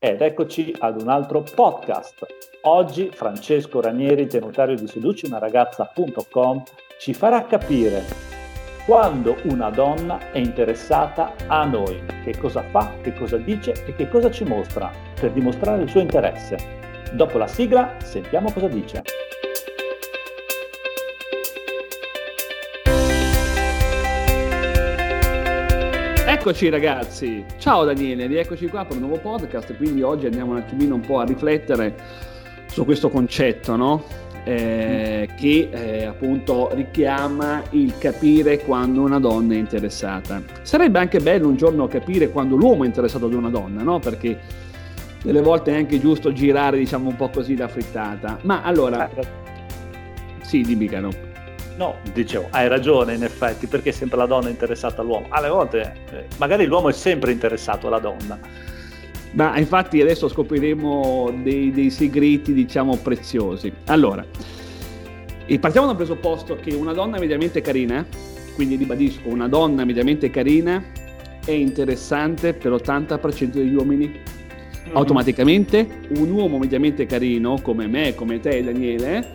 Ed eccoci ad un altro podcast. Oggi Francesco Ranieri, tenutario di seduciunaragazza.com, ci farà capire quando una donna è interessata a noi, che cosa fa, che cosa dice e che cosa ci mostra per dimostrare il suo interesse. Dopo la sigla sentiamo cosa dice. Eccoci ragazzi, ciao Daniele, rieccoci qua per un nuovo podcast. Quindi oggi andiamo un attimino un po' a riflettere su questo concetto, no? Che appunto richiama il capire quando una donna è interessata. Sarebbe anche bello un giorno capire quando l'uomo è interessato ad una donna, no? Perché delle volte è anche giusto girare, diciamo, un po' così la frittata. Ma allora, sì, dimmi caro. No, dicevo, hai ragione in effetti, perché è sempre la donna interessata all'uomo. Alle volte magari l'uomo è sempre interessato alla donna. Ma infatti adesso scopriremo dei segreti, diciamo, preziosi. Allora, partiamo dal presupposto che una donna mediamente carina, quindi ribadisco, una donna mediamente carina è interessante per l'80% degli uomini. Automaticamente un uomo mediamente carino, come me, come te Daniele,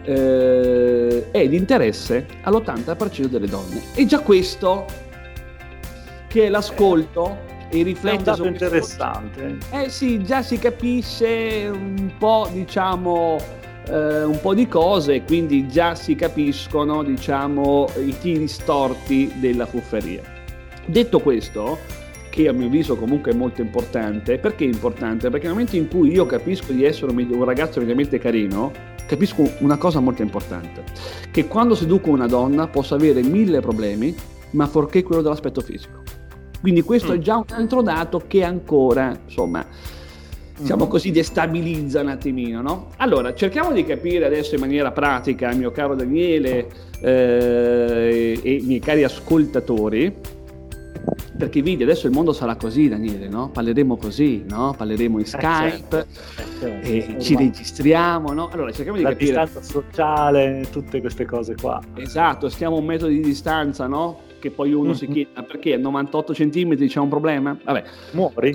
è di interesse all'80% delle donne. E già questo, che l'ascolto e riflette, è un dato interessante. Sì, già si capisce un po', diciamo, un po' di cose, quindi già si capiscono, diciamo, i tiri storti della fufferia. Detto questo, che a mio avviso comunque è molto importante, perché è importante? Perché nel momento in cui io capisco di essere un ragazzo mediamente carino, capisco una cosa molto importante, che quando seduco una donna posso avere 1000 problemi, ma fuorché quello dell'aspetto fisico. Quindi questo è già un altro dato che ancora, insomma, diciamo così, destabilizza un attimino, no? Allora, cerchiamo di capire adesso in maniera pratica, mio caro Daniele e miei cari ascoltatori, perché vedi, adesso il mondo sarà così, Daniele, no? Parleremo così, no? Parleremo in Skype, ci registriamo, no? Allora, cerchiamo di capire. La distanza sociale, tutte queste cose qua. Esatto, stiamo a un metro di distanza, no? Che poi uno si chiede, perché a 98 centimetri c'è un problema? Vabbè. Muori.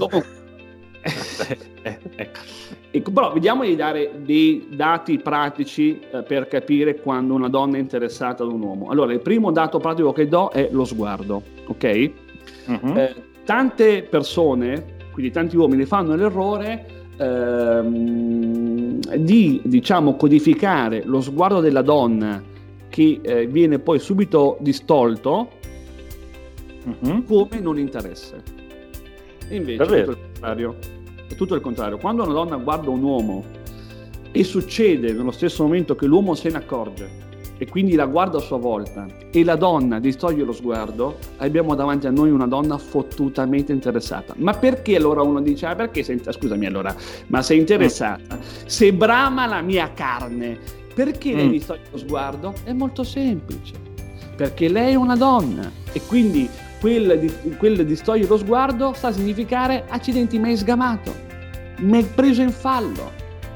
Ecco, però vediamo di dare dei dati pratici per capire quando una donna è interessata ad un uomo. Allora, il primo dato pratico che do è lo sguardo, ok? Tante persone, quindi tanti uomini, fanno l'errore di, diciamo, codificare lo sguardo della donna, che viene poi subito distolto, come non interesse. E invece è tutto il contrario. Quando una donna guarda un uomo e succede nello stesso momento che l'uomo se ne accorge e quindi la guarda a sua volta e la donna distoglie lo sguardo, abbiamo davanti a noi una donna fottutamente interessata. Ma perché allora uno dice, perché scusami allora, ma sei interessata? Se brama la mia carne, perché lei distoglie lo sguardo? È molto semplice, perché lei è una donna e quindi quel distoglie lo sguardo sta a significare accidenti, mi hai sgamato, mi hai preso in fallo.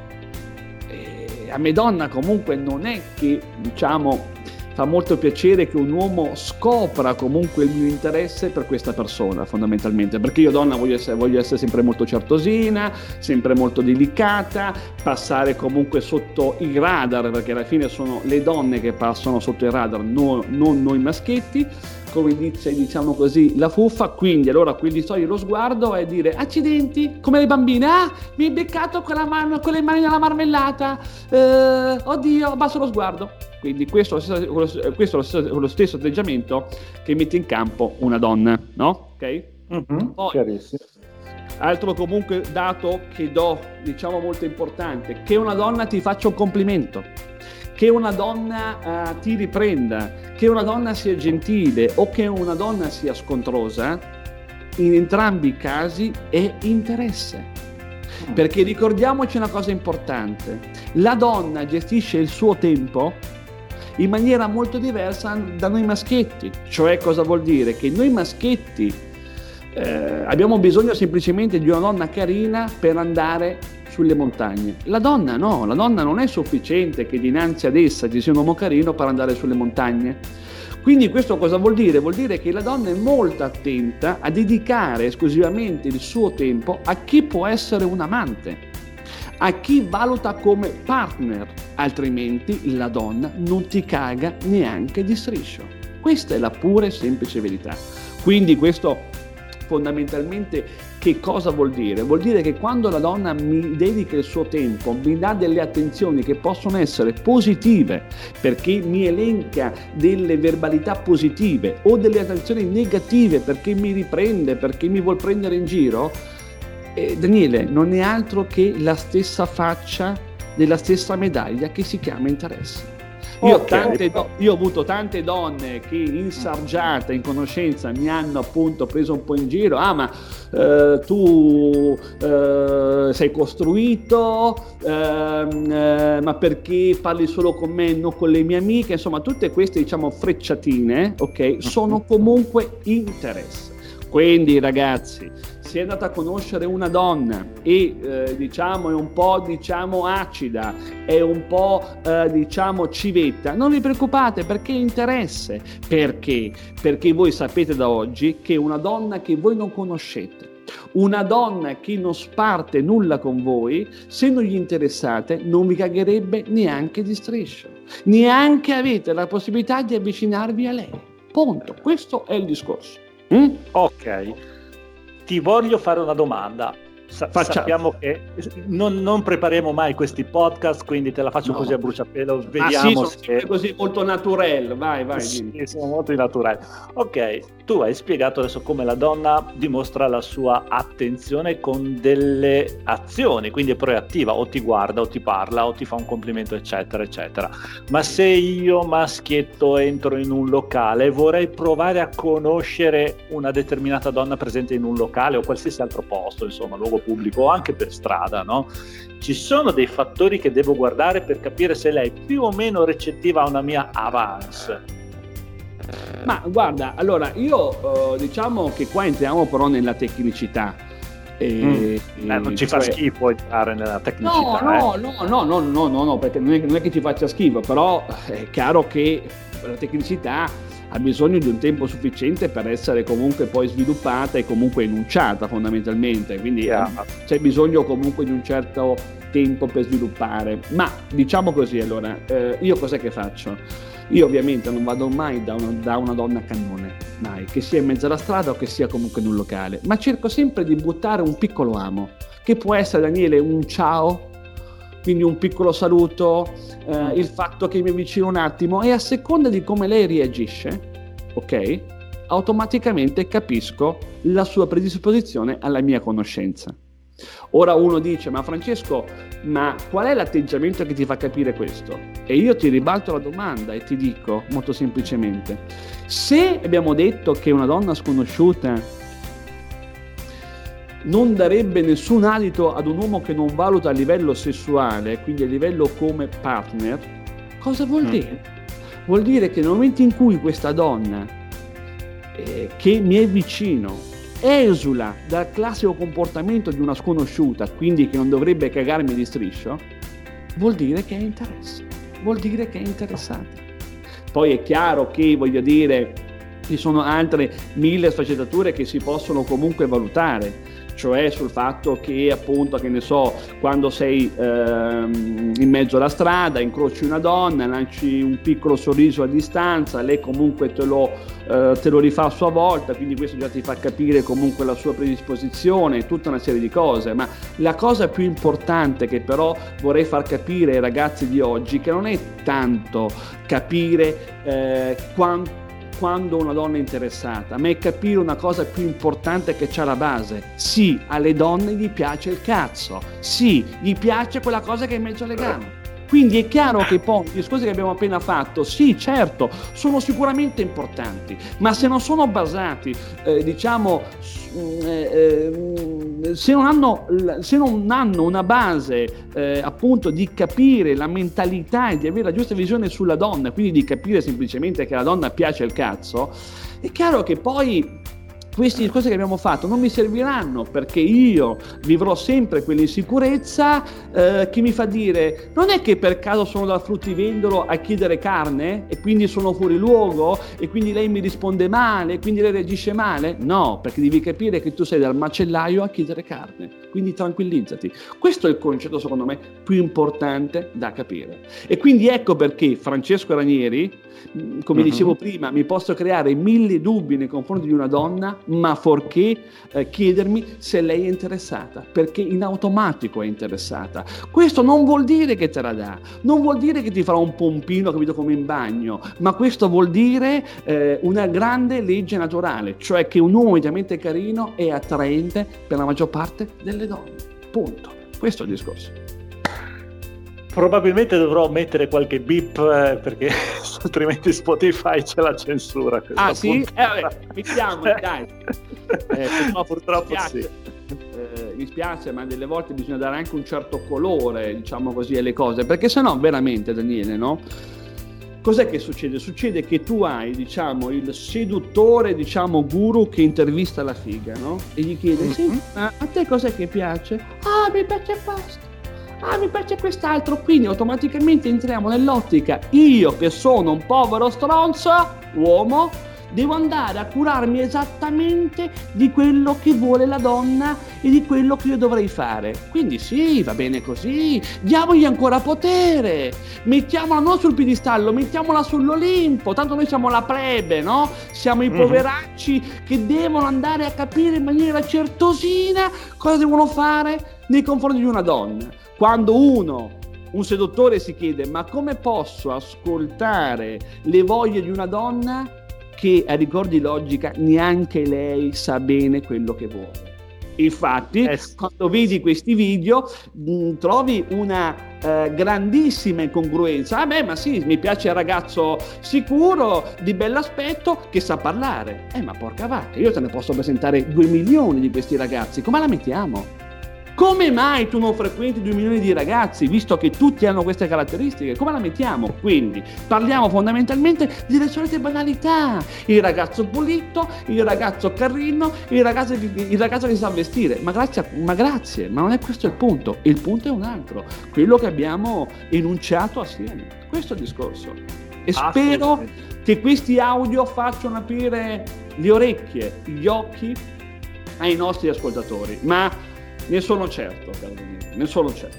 A me donna comunque non è che, diciamo, fa molto piacere che un uomo scopra comunque il mio interesse per questa persona, fondamentalmente, perché io donna voglio essere sempre molto certosina, sempre molto delicata, passare comunque sotto i radar, perché alla fine sono le donne che passano sotto i radar, non noi maschietti, come dice, diciamo così, la fuffa. Quindi allora quindi togli lo sguardo e dire accidenti, come le bambine, mi hai beccato con le mani nella marmellata, oddio, abbasso lo sguardo. Quindi questo è lo stesso atteggiamento che mette in campo una donna, no? Ok? Poi, chiarissimo. Altro comunque dato che do, diciamo, molto importante, che una donna ti faccia un complimento, che una donna ti riprenda, che una donna sia gentile o che una donna sia scontrosa, in entrambi i casi è interesse. Perché ricordiamoci una cosa importante, la donna gestisce il suo tempo in maniera molto diversa da noi maschietti. Cioè, cosa vuol dire? Che noi maschietti abbiamo bisogno semplicemente di una donna carina per andare sulle montagne. La donna no, la donna non è sufficiente che dinanzi ad essa ci sia un uomo carino per andare sulle montagne. Quindi questo cosa vuol dire? Vuol dire che la donna è molto attenta a dedicare esclusivamente il suo tempo a chi può essere un amante, a chi valuta come partner, altrimenti la donna non ti caga neanche di striscio. Questa è la pura e semplice verità. Quindi questo fondamentalmente che cosa vuol dire? Vuol dire che quando la donna mi dedica il suo tempo, mi dà delle attenzioni che possono essere positive, perché mi elenca delle verbalità positive, o delle attenzioni negative perché mi riprende, perché mi vuol prendere in giro, Daniele, non è altro che la stessa faccia della stessa medaglia che si chiama interesse. Io ho avuto tante donne che insargiate in conoscenza mi hanno appunto preso un po' in giro. Ma tu sei costruito, ma perché parli solo con me e non con le mie amiche? Insomma, tutte queste, diciamo, frecciatine, ok, sono comunque interesse. Quindi ragazzi, se andate a conoscere una donna e diciamo è un po' acida, è un po' civetta, non vi preoccupate, perché è interesse. Perché? Perché voi sapete da oggi che una donna che voi non conoscete, una donna che non sparte nulla con voi, se non gli interessate non vi cagherebbe neanche di striscio, neanche avete la possibilità di avvicinarvi a lei. Punto. Questo è il discorso. Ok, ti voglio fare una domanda. Sappiamo che non prepariamo mai questi podcast, quindi te la faccio così a bruciapelo. Vediamo se così molto naturale. Vai. Sì, sono molto naturali. Ok, tu hai spiegato adesso come la donna dimostra la sua attenzione con delle azioni, quindi è proattiva, o ti guarda, o ti parla, o ti fa un complimento, eccetera, eccetera. Ma se io, maschietto, entro in un locale e vorrei provare a conoscere una determinata donna presente in un locale o qualsiasi altro posto, insomma, luogo pubblico o anche per strada, no? Ci sono dei fattori che devo guardare per capire se lei è più o meno recettiva a una mia avance. Ma guarda, allora io diciamo che qua entriamo però nella tecnicità. Non ci fa schifo entrare nella tecnicità. No, perché non è che ci faccia schifo, però è chiaro che la tecnicità ha bisogno di un tempo sufficiente per essere comunque poi sviluppata e comunque enunciata fondamentalmente, quindi c'è bisogno comunque di un certo tempo per sviluppare. Ma diciamo così, allora, io cos'è che faccio? Io ovviamente non vado mai da una donna cannone, mai, che sia in mezzo alla strada o che sia comunque in un locale, ma cerco sempre di buttare un piccolo amo, che può essere, Daniele, un ciao, quindi un piccolo saluto, il fatto che mi avvicino un attimo, e a seconda di come lei reagisce, ok, automaticamente capisco la sua predisposizione alla mia conoscenza. Ora uno dice: ma Francesco, ma qual è l'atteggiamento che ti fa capire questo? E io ti ribalto la domanda e ti dico molto semplicemente: se abbiamo detto che una donna sconosciuta non darebbe nessun adito ad un uomo che non valuta a livello sessuale, quindi a livello come partner, cosa vuol dire? Vuol dire che nel momento in cui questa donna che mi è vicino esula dal classico comportamento di una sconosciuta, quindi che non dovrebbe cagarmi di striscio, vuol dire che è interesse, vuol dire che è interessata. Poi è chiaro che, voglio dire, ci sono altre 1000 sfaccettature che si possono comunque valutare, cioè sul fatto che appunto, che ne so, quando sei in mezzo alla strada, incroci una donna, lanci un piccolo sorriso a distanza, lei comunque te lo rifà a sua volta, quindi questo già ti fa capire comunque la sua predisposizione, tutta una serie di cose. Ma la cosa più importante che però vorrei far capire ai ragazzi di oggi, che non è tanto capire quando una donna è interessata, ma è capire una cosa più importante che c'è alla base. Sì, alle donne gli piace il cazzo, sì, gli piace quella cosa che è in mezzo alle gambe. Quindi è chiaro che poi i discorsi che abbiamo appena fatto, sì, certo, sono sicuramente importanti, ma se non sono basati, se non hanno una base appunto di capire la mentalità e di avere la giusta visione sulla donna, quindi di capire semplicemente che la donna piace il cazzo, è chiaro che poi questi discorsi che abbiamo fatto non mi serviranno, perché io vivrò sempre quell'insicurezza che mi fa dire: non è che per caso sono dal fruttivendolo a chiedere carne e quindi sono fuori luogo e quindi lei mi risponde male e quindi lei reagisce male. No, perché devi capire che tu sei dal macellaio a chiedere carne, quindi tranquillizzati. Questo è il concetto, secondo me, più importante da capire. E quindi ecco perché Francesco Ranieri, come dicevo prima, mi posso creare 1000 dubbi nei confronti di una donna, ma fuorché chiedermi se lei è interessata, perché in automatico è interessata. Questo non vuol dire che te la dà, non vuol dire che ti farà un pompino, capito, come in bagno, ma questo vuol dire una grande legge naturale, cioè che un uomo mediamente carino è attraente per la maggior parte delle donne. Punto. Questo è il discorso. Probabilmente dovrò mettere qualche beep perché altrimenti Spotify c'è la censura. Ah sì? Vabbè, mettiamo, dai. No, purtroppo sì. Mi spiace, ma delle volte bisogna dare anche un certo colore, diciamo così, alle cose, perché sennò veramente, Daniele, no? Cos'è che succede? Succede che tu hai, diciamo, il seduttore, diciamo, guru che intervista la figa, no? E gli chiede: sì, a te cos'è che piace? Ah, mi piace questo. Ah, mi piace quest'altro. Quindi automaticamente entriamo nell'ottica: io che sono un povero stronzo, uomo, devo andare a curarmi esattamente di quello che vuole la donna e di quello che io dovrei fare. Quindi sì, va bene così, diamogli ancora potere, mettiamola non sul piedistallo, mettiamola sull'Olimpo, tanto noi siamo la plebe, no? Siamo i poveracci che devono andare a capire in maniera certosina cosa devono fare nei confronti di una donna. Quando un seduttore si chiede: ma come posso ascoltare le voglie di una donna che, a rigor di logica, neanche lei sa bene quello che vuole? Infatti, quando vedi questi video trovi una grandissima incongruenza. Ah beh, ma sì, mi piace il ragazzo sicuro, di bell'aspetto, che sa parlare. Ma porca vacca, io te ne posso presentare 2 milioni di questi ragazzi, come la mettiamo? Come mai tu non frequenti 2 milioni di ragazzi, visto che tutti hanno queste caratteristiche? Come la mettiamo? Quindi parliamo fondamentalmente delle solite banalità: il ragazzo pulito, il ragazzo carino, il ragazzo che sa vestire. Ma grazie, ma non è questo il punto. Il punto è un altro, quello che abbiamo enunciato assieme. Questo è il discorso. E spero che questi audio facciano aprire le orecchie, gli occhi ai nostri ascoltatori. Ma ne sono certo, caro Daniele, ne sono certo.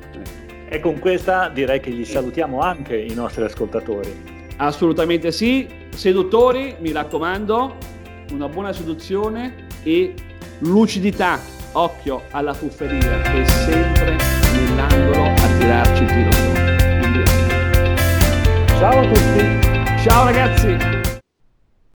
E con questa direi che gli salutiamo anche i nostri ascoltatori. Assolutamente sì. Seduttori, mi raccomando, una buona seduzione e lucidità. Occhio alla fufferia che è sempre nell'angolo a tirarci il tiro sopra. Ciao a tutti. Ciao ragazzi.